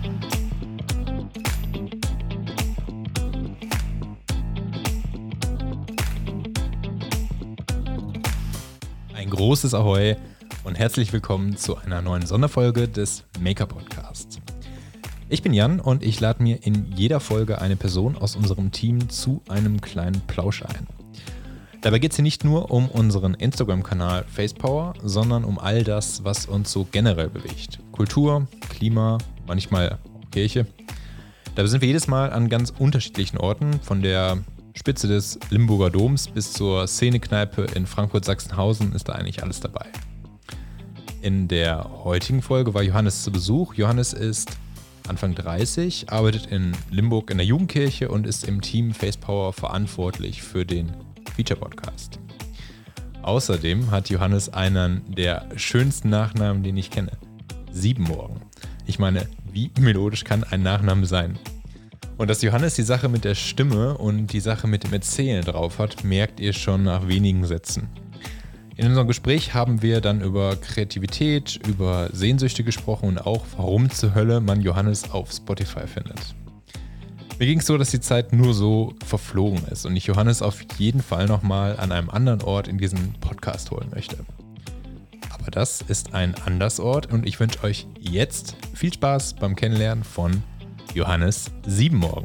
Ein großes Ahoi und herzlich willkommen zu einer neuen Sonderfolge des Maker-Podcasts. Ich bin Jan und ich lade mir in jeder Folge eine Person aus unserem Team zu einem kleinen Plausch ein. Dabei geht es hier nicht nur um unseren Instagram-Kanal Facepower, sondern um all das, was uns so generell bewegt. Kultur, Klima, manchmal auch Kirche. Dabei sind wir jedes Mal an ganz unterschiedlichen Orten, von der Spitze des Limburger Doms bis zur Szene-Kneipe in Frankfurt-Sachsenhausen ist da eigentlich alles dabei. In der heutigen Folge war Johannes zu Besuch. Johannes ist Anfang 30, arbeitet in Limburg in der Jugendkirche und ist im Team Facepower verantwortlich für den Feature-Podcast. Außerdem hat Johannes einen der schönsten Nachnamen, den ich kenne. Siebenmorgen. Ich meine, wie melodisch kann ein Nachname sein? Und dass Johannes die Sache mit der Stimme und die Sache mit dem Erzählen drauf hat, merkt ihr schon nach wenigen Sätzen. In unserem Gespräch haben wir dann über Kreativität, über Sehnsüchte gesprochen und auch, warum zur Hölle man Johannes auf Spotify findet. Mir ging es so, dass die Zeit nur so verflogen ist und ich Johannes auf jeden Fall nochmal an einem anderen Ort in diesen Podcast holen möchte. Aber das ist ein Andersort und ich wünsche euch jetzt viel Spaß beim Kennenlernen von Johannes Siebenmorgen.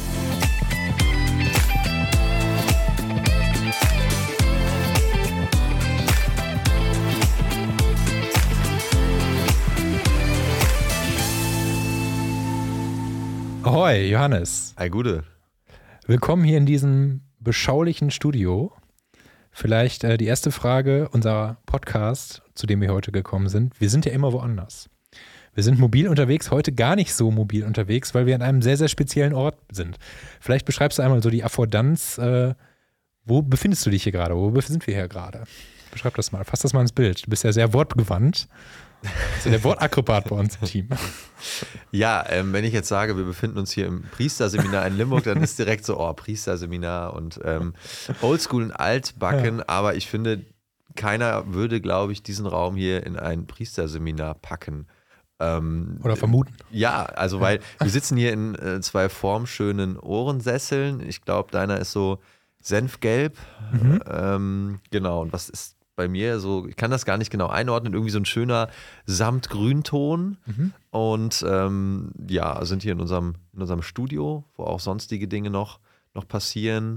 Ahoi, Johannes. Hi, Gude. Willkommen hier in diesem beschaulichen Studio. Vielleicht die erste Frage unserer Podcast, zu dem wir heute gekommen sind. Wir sind ja immer woanders. Wir sind mobil unterwegs, heute gar nicht so mobil unterwegs, weil wir an einem sehr, sehr speziellen Ort sind. Vielleicht beschreibst du einmal so die Affordanz. Wo befindest du dich hier gerade? Wo sind wir hier gerade? Beschreib das mal, fass das mal ins Bild. Du bist ja sehr wortgewandt. Also der Wortakrobat bei uns im Team. Ja, wenn ich jetzt sage, wir befinden uns hier im Priesterseminar in Limburg, dann ist direkt so, Priesterseminar und oldschool und altbacken. Ja. Aber ich finde, keiner würde, glaube ich, diesen Raum hier in ein Priesterseminar packen. Oder vermuten. Ja, also weil wir sitzen hier in zwei formschönen Ohrensesseln. Ich glaube, deiner ist so senfgelb. Genau, und was ist bei mir so, ich kann das gar nicht genau einordnen, irgendwie so ein schöner Samtgrünton. Und sind hier in unserem Studio, wo auch sonstige Dinge noch passieren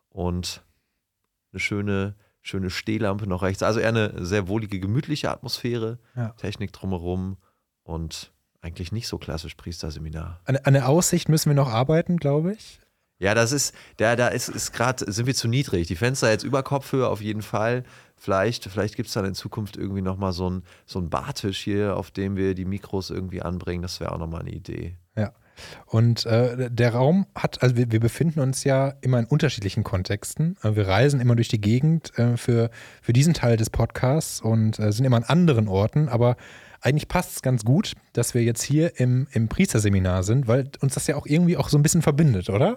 und eine schöne Stehlampe noch rechts. Also eher eine sehr wohlige, gemütliche Atmosphäre, ja. Technik drumherum. Und eigentlich nicht so klassisch Priesterseminar. An der Aussicht müssen wir noch arbeiten, glaube ich. Ja, das ist, da ist gerade, sind wir zu niedrig. Die Fenster jetzt über Kopfhöhe auf jeden Fall. Vielleicht gibt es dann in Zukunft irgendwie nochmal so einen Bartisch hier, auf dem wir die Mikros irgendwie anbringen. Das wäre auch nochmal eine Idee. Ja. Und der Raum hat, also wir befinden uns ja immer in unterschiedlichen Kontexten. Wir reisen immer durch die Gegend für diesen Teil des Podcasts und sind immer an anderen Orten, aber eigentlich passt es ganz gut, dass wir jetzt hier im Priesterseminar sind, weil uns das ja auch irgendwie auch so ein bisschen verbindet, oder?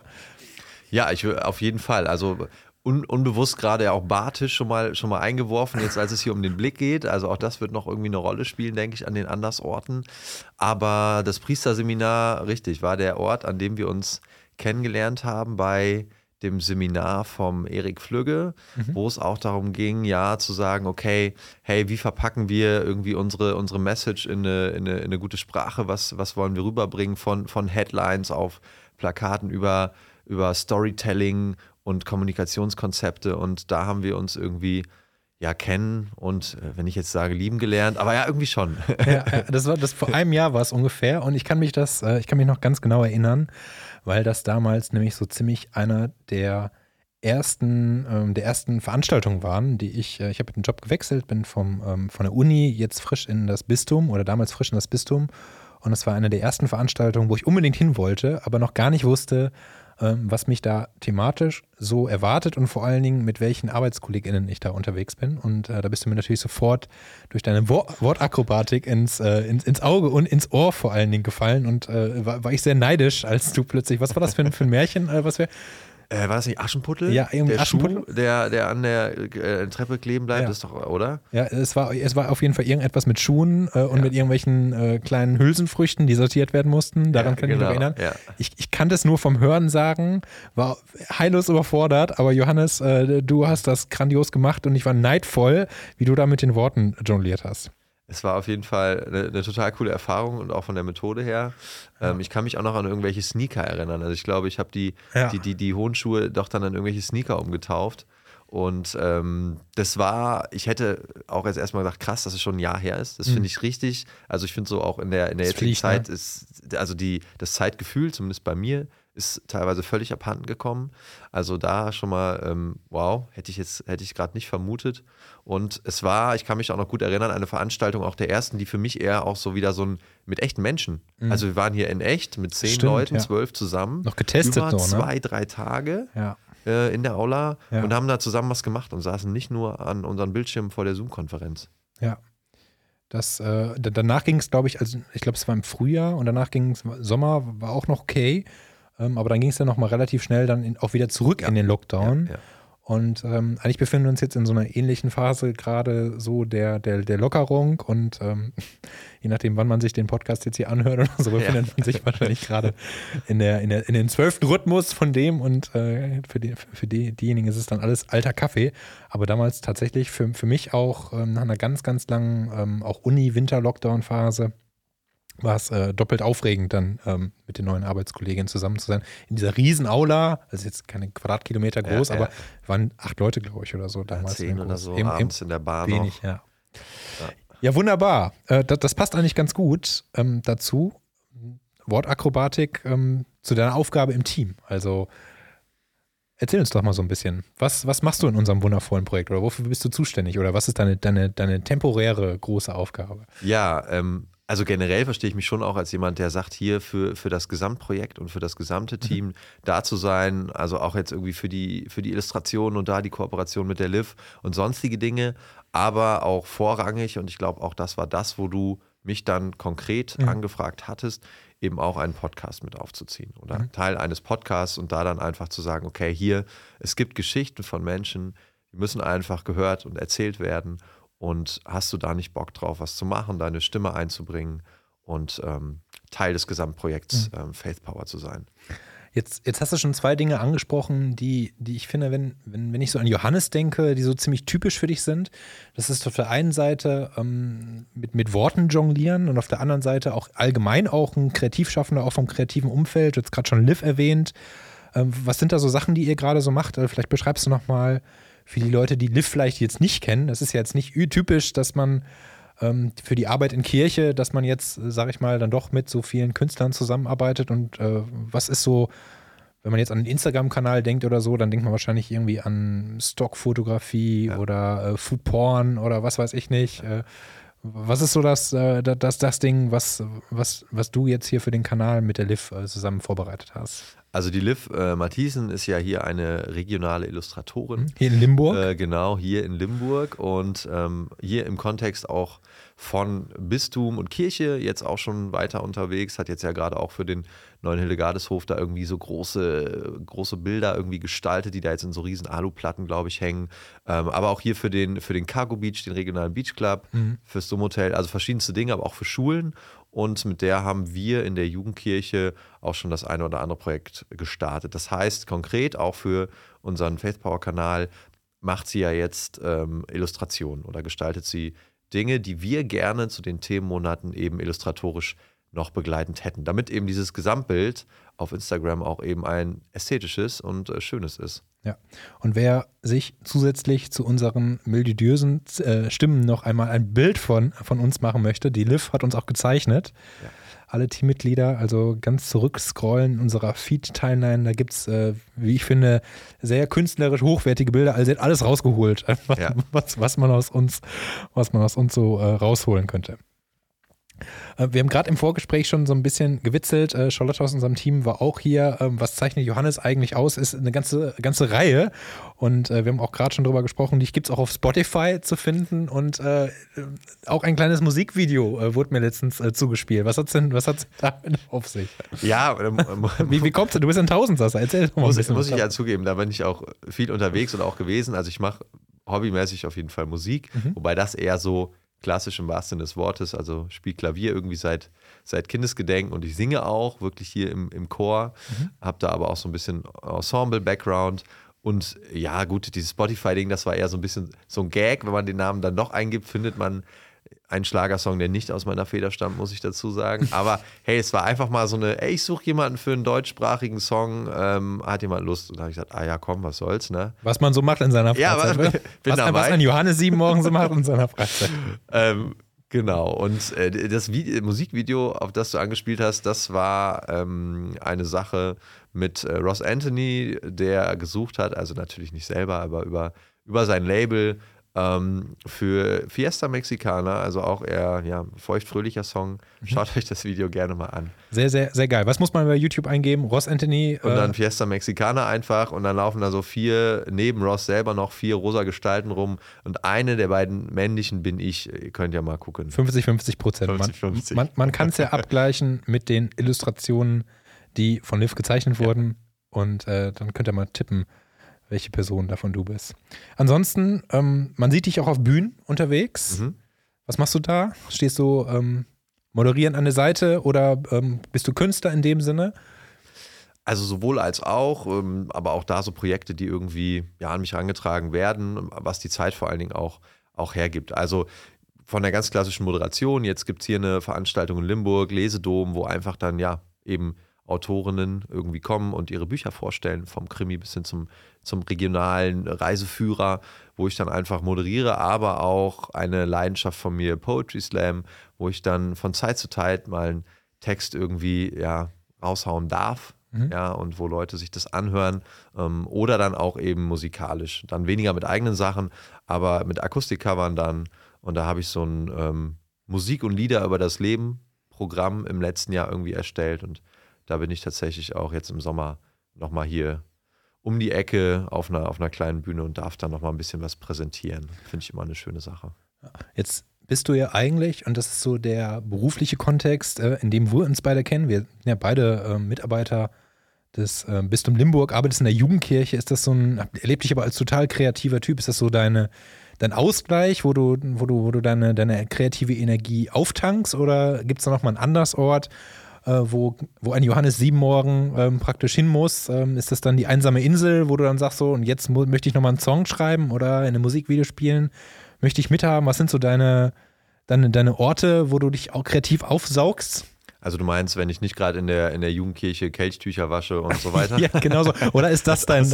Ja, auf jeden Fall. Also unbewusst gerade auch Bartisch schon mal eingeworfen, jetzt als es hier um den Blick geht. Also auch das wird noch irgendwie eine Rolle spielen, denke ich, an den Andersorten. Aber das Priesterseminar, richtig, war der Ort, an dem wir uns kennengelernt haben bei dem Seminar vom Erik Flügge, wo es auch darum ging, ja, zu sagen, okay, hey, wie verpacken wir irgendwie unsere Message in eine gute Sprache? Was wollen wir rüberbringen von Headlines auf Plakaten über Storytelling und Kommunikationskonzepte? Und da haben wir uns irgendwie kennen und wenn ich jetzt sage, lieben gelernt, aber ja, irgendwie schon. Ja, das vor einem Jahr war es ungefähr und ich kann mich noch ganz genau erinnern, weil das damals nämlich so ziemlich einer der ersten Veranstaltungen waren, die ich habe den Job gewechselt, bin von der Uni jetzt frisch in das Bistum oder damals frisch in das Bistum und das war eine der ersten Veranstaltungen, wo ich unbedingt hin wollte, aber noch gar nicht wusste, was mich da thematisch so erwartet und vor allen Dingen mit welchen ArbeitskollegInnen ich da unterwegs bin. Und da bist du mir natürlich sofort durch deine Wortakrobatik ins Auge und ins Ohr vor allen Dingen gefallen und war ich sehr neidisch, als du plötzlich, was war das für ein Märchen? War das nicht Aschenputtel? Ja, irgendwie der Aschenputtel. Schuh, der an der Treppe kleben bleibt, ist doch, oder? Ja, es war auf jeden Fall irgendetwas mit Schuhen und mit irgendwelchen kleinen Hülsenfrüchten, die sortiert werden mussten. Daran kann ich mich noch erinnern. Ja. Ich kannte es nur vom Hören sagen, war heillos überfordert, aber Johannes, du hast das grandios gemacht und ich war neidvoll, wie du da mit den Worten jongliert hast. Es war auf jeden Fall eine total coole Erfahrung und auch von der Methode her. Ich kann mich auch noch an irgendwelche Sneaker erinnern. Also ich glaube, ich habe die hohen Schuhe doch dann an irgendwelche Sneaker umgetauft. Und das war, ich hätte auch jetzt erstmal gedacht, krass, dass es schon ein Jahr her ist. Das finde ich richtig. Also ich finde so auch in der jetzigen Zeit ist, also das Zeitgefühl, zumindest bei mir, ist teilweise völlig abhanden gekommen. Also da schon mal, wow, hätte ich gerade nicht vermutet. Und es war, ich kann mich auch noch gut erinnern, eine Veranstaltung auch der ersten, die für mich eher auch so wieder so ein, mit echten Menschen. Also wir waren hier in echt mit 10 Leuten, 12 zusammen. Noch getestet über so, ne? 2-3 Tage. Ja. In der Aula und haben da zusammen was gemacht und saßen nicht nur an unseren Bildschirmen vor der Zoom-Konferenz. Ja. Danach ging es, glaube ich, also ich glaube, es war im Frühjahr und danach ging es, Sommer war auch noch okay, aber dann ging es dann nochmal relativ schnell dann auch wieder zurück in den Lockdown. Ja. Und eigentlich befinden wir uns jetzt in so einer ähnlichen Phase gerade so der Lockerung und je nachdem, wann man sich den Podcast jetzt hier anhört oder so, befindet man sich wahrscheinlich gerade in den 12. Rhythmus von dem und für diejenigen ist es dann alles alter Kaffee, aber damals tatsächlich für mich auch nach einer ganz, ganz langen auch Uni-Winter-Lockdown-Phase war es doppelt aufregend, dann mit den neuen Arbeitskolleginnen zusammen zu sein. In dieser riesen Aula, also jetzt keine Quadratkilometer groß, aber waren 8 Leute, glaube ich, oder so damals. 10 oder so, abends in der Bar wenig, noch. Ja, wunderbar. Das passt eigentlich ganz gut dazu. Wortakrobatik zu deiner Aufgabe im Team. Also erzähl uns doch mal so ein bisschen. Was machst du in unserem wundervollen Projekt oder wofür bist du zuständig oder was ist deine temporäre große Aufgabe? Ja, also generell verstehe ich mich schon auch als jemand, der sagt, hier für das Gesamtprojekt und für das gesamte Team da zu sein, also auch jetzt irgendwie für die Illustration und da die Kooperation mit der Liv und sonstige Dinge, aber auch vorrangig und ich glaube auch das war das, wo du mich dann konkret angefragt hattest, eben auch einen Podcast mit aufzuziehen oder Teil eines Podcasts und da dann einfach zu sagen, okay, hier, es gibt Geschichten von Menschen, die müssen einfach gehört und erzählt werden. Und hast du da nicht Bock drauf, was zu machen, deine Stimme einzubringen und Teil des Gesamtprojekts Faith Power zu sein? Jetzt hast du schon 2 Dinge angesprochen, die ich finde, wenn ich so an Johannes denke, die so ziemlich typisch für dich sind. Das ist auf der einen Seite mit Worten jonglieren und auf der anderen Seite auch allgemein auch ein Kreativschaffender, auch vom kreativen Umfeld. Du hast gerade schon Liv erwähnt. Was sind da so Sachen, die ihr gerade so macht? Vielleicht beschreibst du nochmal für die Leute, die Liv vielleicht jetzt nicht kennen. Das ist ja jetzt nicht typisch, dass man für die Arbeit in Kirche, dass man jetzt, sage ich mal, dann doch mit so vielen Künstlern zusammenarbeitet und was ist so, wenn man jetzt an den Instagram-Kanal denkt oder so, dann denkt man wahrscheinlich irgendwie an Stockfotografie oder Foodporn oder was weiß ich nicht. Was ist so das Ding, was du jetzt hier für den Kanal mit der Liv zusammen vorbereitet hast? Also die Liv Mathiesen ist ja hier eine regionale Illustratorin. Hier in Limburg? Genau, hier in Limburg und hier im Kontext auch von Bistum und Kirche jetzt auch schon weiter unterwegs, hat jetzt ja gerade auch für den neuen Hildegardeshof da irgendwie so große Bilder irgendwie gestaltet, die da jetzt in so riesen Aluplatten, glaube ich, hängen. Aber auch hier für den Cargo Beach, den regionalen Beach Club, fürs Domhotel, also verschiedenste Dinge, aber auch für Schulen. Und mit der haben wir in der Jugendkirche auch schon das eine oder andere Projekt gestartet. Das heißt konkret auch für unseren Faith Power Kanal macht sie ja jetzt Illustrationen oder gestaltet sie Dinge, die wir gerne zu den Themenmonaten eben illustratorisch noch begleitend hätten, damit eben dieses Gesamtbild auf Instagram auch eben ein ästhetisches und schönes ist. Ja, und wer sich zusätzlich zu unseren melodiösen Stimmen noch einmal ein Bild von uns machen möchte, die Liv hat uns auch gezeichnet. Ja. Alle Teammitglieder, also ganz zurückscrollen in unserer Feed-Timeline, da gibt es, wie ich finde, sehr künstlerisch hochwertige Bilder, also sie hat alles rausgeholt, was man aus uns so rausholen könnte. Wir haben gerade im Vorgespräch schon so ein bisschen gewitzelt. Charlotte aus unserem Team war auch hier. Was zeichnet Johannes eigentlich aus? Ist eine ganze Reihe. Und wir haben auch gerade schon drüber gesprochen. Die gibt es auch auf Spotify zu finden. Und auch ein kleines Musikvideo wurde mir letztens zugespielt. Was hat's damit auf sich? Ja, wie kommst du? Du bist ein Tausendsasser. Erzähl doch mal ein bisschen. Muss ich ja zugeben, da bin ich auch viel unterwegs und auch gewesen. Also ich mache hobbymäßig auf jeden Fall Musik, wobei das eher so klassisch im wahrsten Sinne des Wortes, also spiele Klavier irgendwie seit Kindesgedenken und ich singe auch wirklich hier im Chor, habe da aber auch so ein bisschen Ensemble-Background und ja gut, dieses Spotify-Ding, das war eher so ein bisschen so ein Gag, wenn man den Namen dann noch eingibt, findet man einen Schlagersong, der nicht aus meiner Feder stammt, muss ich dazu sagen, aber hey, es war einfach mal so eine, ey, ich suche jemanden für einen deutschsprachigen Song, hat jemand Lust? Und da habe ich gesagt, ja komm, was soll's, ne? Was man so macht in seiner Freizeit. Ja, was ein Johannes 7 morgens so macht in seiner Freizeit. Genau, und das Musikvideo, auf das du angespielt hast, das war eine Sache mit Ross Anthony, der gesucht hat, also natürlich nicht selber, aber über sein Label für Fiesta Mexicana, also auch eher feuchtfröhlicher Song. Schaut euch das Video gerne mal an. Sehr, sehr, sehr geil. Was muss man bei YouTube eingeben? Ross Anthony? Und dann Fiesta Mexicana einfach und dann laufen da so neben Ross selber noch 4 rosa Gestalten rum und eine der beiden männlichen bin ich. Ihr könnt ja mal gucken. 50-50%. Man kann es ja abgleichen mit den Illustrationen, die von Liv gezeichnet wurden und dann könnt ihr mal tippen, welche Person davon du bist. Ansonsten, man sieht dich auch auf Bühnen unterwegs. Was machst du da? Stehst du moderierend an der Seite oder bist du Künstler in dem Sinne? Also sowohl als auch, aber auch da so Projekte, die irgendwie an mich herangetragen werden, was die Zeit vor allen Dingen auch hergibt. Also von der ganz klassischen Moderation, jetzt gibt es hier eine Veranstaltung in Limburg, Lesedom, wo einfach dann eben Autorinnen irgendwie kommen und ihre Bücher vorstellen, vom Krimi bis hin zum regionalen Reiseführer, wo ich dann einfach moderiere, aber auch eine Leidenschaft von mir, Poetry Slam, wo ich dann von Zeit zu Zeit mal einen Text irgendwie raushauen darf, und wo Leute sich das anhören oder dann auch eben musikalisch. Dann weniger mit eigenen Sachen, aber mit Akustikcovern dann. Und da habe ich so ein Musik und Lieder über das Leben Programm im letzten Jahr irgendwie erstellt und da bin ich tatsächlich auch jetzt im Sommer nochmal hier um die Ecke auf einer kleinen Bühne und darf dann nochmal ein bisschen was präsentieren. Finde ich immer eine schöne Sache. Jetzt bist du ja eigentlich, und das ist so der berufliche Kontext, in dem wir uns beide kennen. Wir sind ja beide Mitarbeiter des Bistum Limburg, arbeitest in der Jugendkirche. Ist das erlebe dich aber als total kreativer Typ. Ist das so dein Ausgleich, wo du deine kreative Energie auftankst oder gibt es da nochmal einen anderes Ort, wo ein Johannes 7 morgen praktisch hin muss? Ist das dann die einsame Insel, wo du dann sagst so, und jetzt möchte ich nochmal einen Song schreiben oder in einem Musikvideo spielen? Möchte ich mithaben? Was sind so deine Orte, wo du dich auch kreativ aufsaugst? Also du meinst, wenn ich nicht gerade in der Jugendkirche Kelchtücher wasche und so weiter? Ja, genau so. Oder ist das dein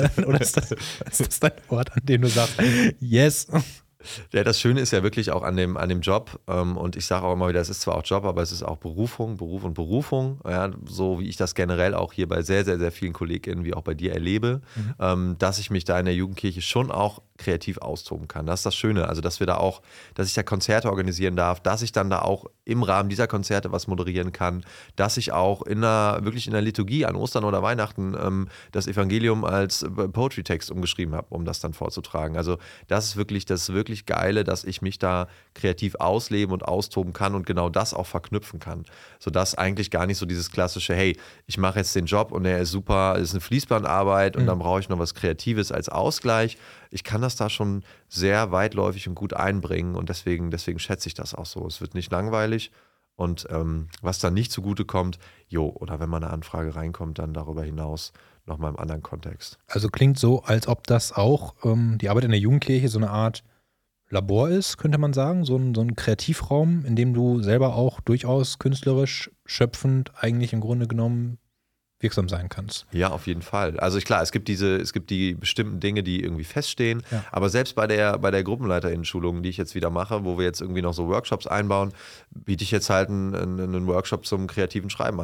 Ort, an dem du sagst, yes? Ja, das Schöne ist ja wirklich auch an dem Job und ich sage auch immer wieder, es ist zwar auch Job, aber es ist auch Beruf und Berufung, so wie ich das generell auch hier bei sehr, sehr, sehr vielen KollegInnen wie auch bei dir erlebe, dass ich mich da in der Jugendkirche schon auch kreativ austoben kann. Das ist das Schöne, also dass ich da Konzerte organisieren darf, dass ich dann da auch im Rahmen dieser Konzerte was moderieren kann, dass ich auch wirklich in der Liturgie an Ostern oder Weihnachten das Evangelium als Poetry-Text umgeschrieben habe, um das dann vorzutragen. Also das ist wirklich Geile, dass ich mich da kreativ ausleben und austoben kann und genau das auch verknüpfen kann. Sodass eigentlich gar nicht so dieses klassische, hey, ich mache jetzt den Job und der ist super, ist eine Fließbandarbeit und dann brauche ich noch was Kreatives als Ausgleich. Ich kann das da schon sehr weitläufig und gut einbringen und deswegen schätze ich das auch so. Es wird nicht langweilig und was dann nicht zugute kommt, oder wenn mal eine Anfrage reinkommt, dann darüber hinaus nochmal im anderen Kontext. Also klingt so, als ob das auch die Arbeit in der Jugendkirche so eine Art Labor ist, könnte man sagen, so ein Kreativraum, in dem du selber auch durchaus künstlerisch, schöpfend eigentlich im Grunde genommen wirksam sein kannst. Ja, auf jeden Fall. Also klar, es gibt die bestimmten Dinge, die irgendwie feststehen, aber selbst bei der GruppenleiterInnen-Schulung, die ich jetzt wieder mache, wo wir jetzt irgendwie noch so Workshops einbauen, biete ich jetzt halt einen Workshop zum kreativen Schreiben an.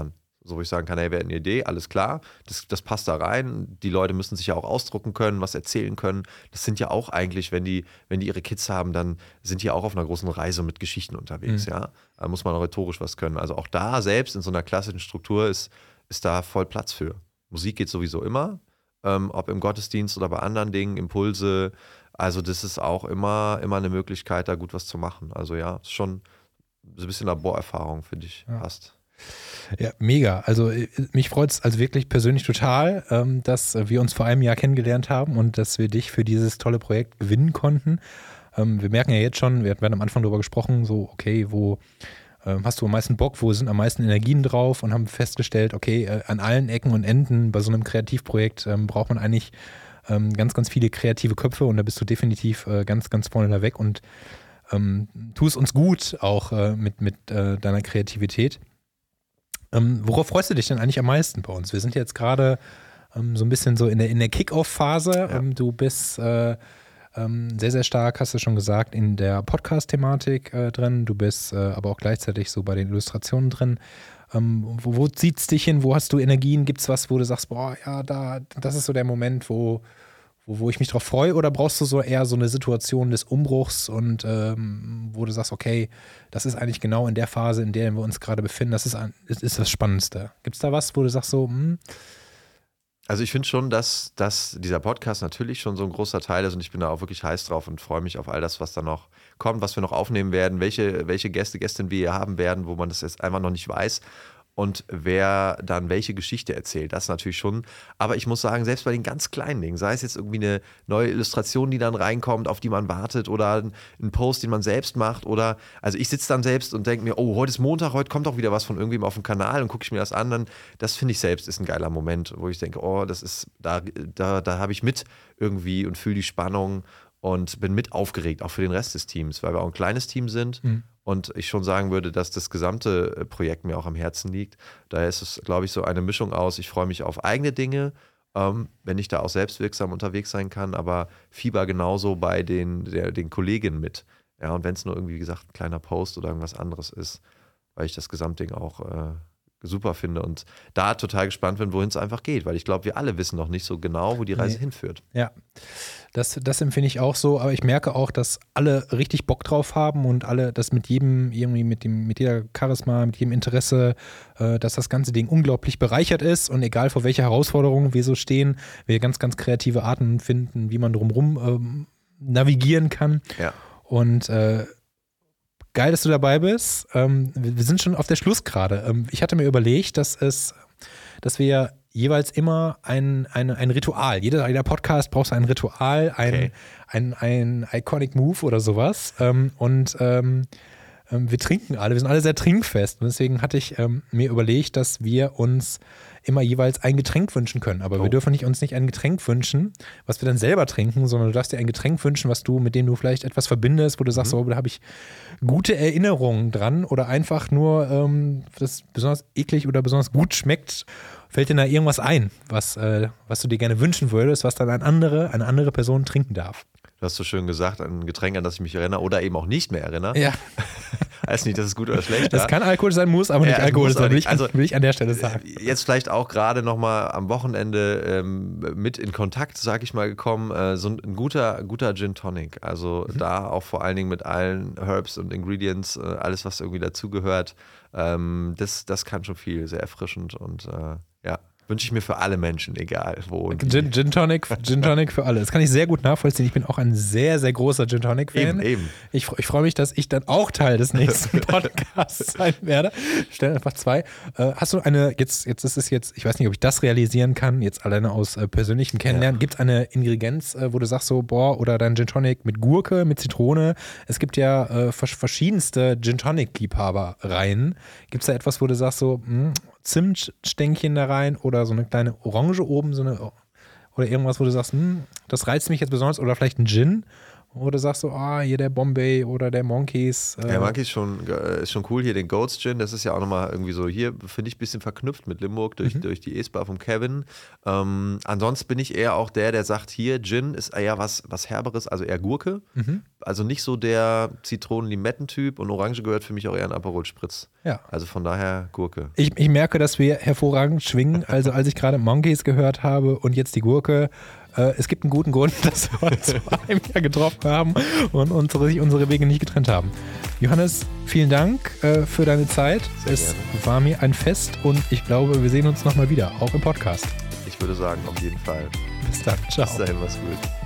So, wo ich sagen kann, hey, wäre eine Idee, alles klar, das passt da rein. Die Leute müssen sich ja auch ausdrucken können, was erzählen können. Das sind ja auch eigentlich, wenn die ihre Kids haben, dann sind die auch auf einer großen Reise mit Geschichten unterwegs, ja. Da muss man auch rhetorisch was können. Also auch da selbst in so einer klassischen Struktur ist da voll Platz für. Musik geht sowieso immer, ob im Gottesdienst oder bei anderen Dingen, Impulse. Also das ist auch immer eine Möglichkeit, da gut was zu machen. Also ja, ist schon so ein bisschen Laborerfahrung, finde ich, passt. Ja, mega. Also mich freut es also wirklich persönlich total, dass wir uns vor einem Jahr kennengelernt haben und dass wir dich für dieses tolle Projekt gewinnen konnten. Wir merken ja jetzt schon, wir hatten am Anfang darüber gesprochen, so okay, wo hast du am meisten Bock, wo sind am meisten Energien drauf und haben festgestellt, okay, an allen Ecken und Enden bei so einem Kreativprojekt braucht man eigentlich ganz, ganz viele kreative Köpfe und da bist du definitiv ganz, ganz vorne da weg und tust uns gut auch mit deiner Kreativität. Worauf freust du dich denn eigentlich am meisten bei uns? Wir sind jetzt gerade so ein bisschen so in der Kick-Off-Phase. Ja. Du bist sehr, sehr stark, hast du schon gesagt, in der Podcast-Thematik drin. Du bist aber auch gleichzeitig so bei den Illustrationen drin. Wo zieht es dich hin? Wo hast du Energien? Gibt es was, wo du sagst, boah, ja, das ist so der Moment, wo ich mich drauf freue, oder brauchst du so eher so eine Situation des Umbruchs und wo du sagst, okay, das ist eigentlich genau in der Phase, in der wir uns gerade befinden, das ist das Spannendste. Gibt es da was, wo du sagst so, Also ich finde schon, dass dieser Podcast natürlich schon so ein großer Teil ist und ich bin da auch wirklich heiß drauf und freue mich auf all das, was da noch kommt, was wir noch aufnehmen werden, welche Gästinnen wir hier haben werden, wo man das jetzt einfach noch nicht weiß. Und wer dann welche Geschichte erzählt, das natürlich schon. Aber ich muss sagen, selbst bei den ganz kleinen Dingen, sei es jetzt irgendwie eine neue Illustration, die dann reinkommt, auf die man wartet, oder ein Post, den man selbst macht, oder, also ich sitze dann selbst und denke mir, oh, heute ist Montag, heute kommt auch wieder was von irgendwem auf dem Kanal und gucke ich mir das an, dann, das finde ich selbst ist ein geiler Moment, wo ich denke, oh, das ist, da habe ich mit irgendwie und fühle die Spannung und bin mit aufgeregt, auch für den Rest des Teams, weil wir auch ein kleines Team sind. Und ich schon sagen würde, dass das gesamte Projekt mir auch am Herzen liegt. Daher ist es, glaube ich, so eine Mischung aus, ich freue mich auf eigene Dinge, wenn ich da auch selbstwirksam unterwegs sein kann, aber fieber genauso bei den Kolleginnen mit. Ja, und wenn es nur irgendwie, wie gesagt, ein kleiner Post oder irgendwas anderes ist, weil ich das Gesamtding auch super finde und da total gespannt bin, wohin es einfach geht, weil ich glaube, wir alle wissen noch nicht so genau, wo die Reise hinführt. Ja, das empfinde ich auch so, aber ich merke auch, dass alle richtig Bock drauf haben und alle das mit jedem irgendwie mit jeder Charisma, mit jedem Interesse, dass das ganze Ding unglaublich bereichert ist und egal vor welcher Herausforderung wir so stehen, wir ganz, ganz kreative Arten finden, wie man drumherum navigieren kann. Ja. Und geil, dass du dabei bist. Wir sind schon auf der Schlussgerade. Ich hatte mir überlegt, dass wir jeweils immer ein Ritual, jeder Podcast braucht ein Ritual, ein Iconic Move oder sowas. Wir trinken alle, wir sind alle sehr trinkfest. Und deswegen hatte ich mir überlegt, dass wir uns immer jeweils ein Getränk wünschen können. Aber wir dürfen uns nicht ein Getränk wünschen, was wir dann selber trinken, sondern du darfst dir ein Getränk wünschen, mit dem du vielleicht etwas verbindest, wo du sagst, da habe ich gute Erinnerungen dran oder einfach nur, das besonders eklig oder besonders gut schmeckt. Fällt dir da irgendwas ein, was du dir gerne wünschen würdest, was dann eine andere Person trinken darf? Du hast so schön gesagt, ein Getränk, an das ich mich erinnere oder eben auch nicht mehr erinnere. Ja. Weiß nicht, das ist gut oder schlecht. Das kann Alkohol sein, muss aber nicht Alkohol sein, will ich an der Stelle sagen. Jetzt vielleicht auch gerade nochmal am Wochenende mit in Kontakt, sag ich mal, gekommen, so ein guter Gin Tonic. Also da auch vor allen Dingen mit allen Herbs und Ingredients, alles, was irgendwie dazugehört. Das kann schon viel, sehr erfrischend und ja. Wünsche ich mir für alle Menschen, egal wo. Gin Tonic für alle. Das kann ich sehr gut nachvollziehen. Ich bin auch ein sehr, sehr großer Gin Tonic-Fan. Eben. Ich freue mich, dass ich dann auch Teil des nächsten Podcasts sein werde. Stell einfach 2. Hast du jetzt ist es ich weiß nicht, ob ich das realisieren kann, jetzt alleine aus persönlichem Kennenlernen. Gibt es eine Ingredienz, wo du sagst so, oder dein Gin Tonic mit Gurke, mit Zitrone? Es gibt ja verschiedenste Gin Tonic-Liebhabereien. Gibt es da etwas, wo du sagst so, Zimtstänkchen da rein oder so eine kleine Orange oben, oder irgendwas, wo du sagst, das reizt mich jetzt besonders, oder vielleicht ein Gin, Oder sagst du, hier der Bombay oder der Monkeys? Der Monkeys ist schon cool. Hier den Goats Gin, das ist ja auch nochmal irgendwie so, hier finde ich ein bisschen verknüpft mit Limburg durch die E-Spa vom Kevin. Ansonsten bin ich eher auch der sagt, hier Gin ist eher was Herberes, also eher Gurke. Also nicht so der Zitronen-Limetten-Typ und Orange gehört für mich auch eher ein Aperol Spritz. Ja. Also von daher Gurke. Ich merke, dass wir hervorragend schwingen. Also als ich gerade Monkeys gehört habe und jetzt die Gurke, es gibt einen guten Grund, dass wir uns vor einem Jahr getroffen haben und unsere Wege nicht getrennt haben. Johannes, vielen Dank für deine Zeit. Es war mir ein Fest und ich glaube, wir sehen uns nochmal wieder, auch im Podcast. Ich würde sagen, auf jeden Fall. Bis dann. Ciao. Bis dahin, mach's gut.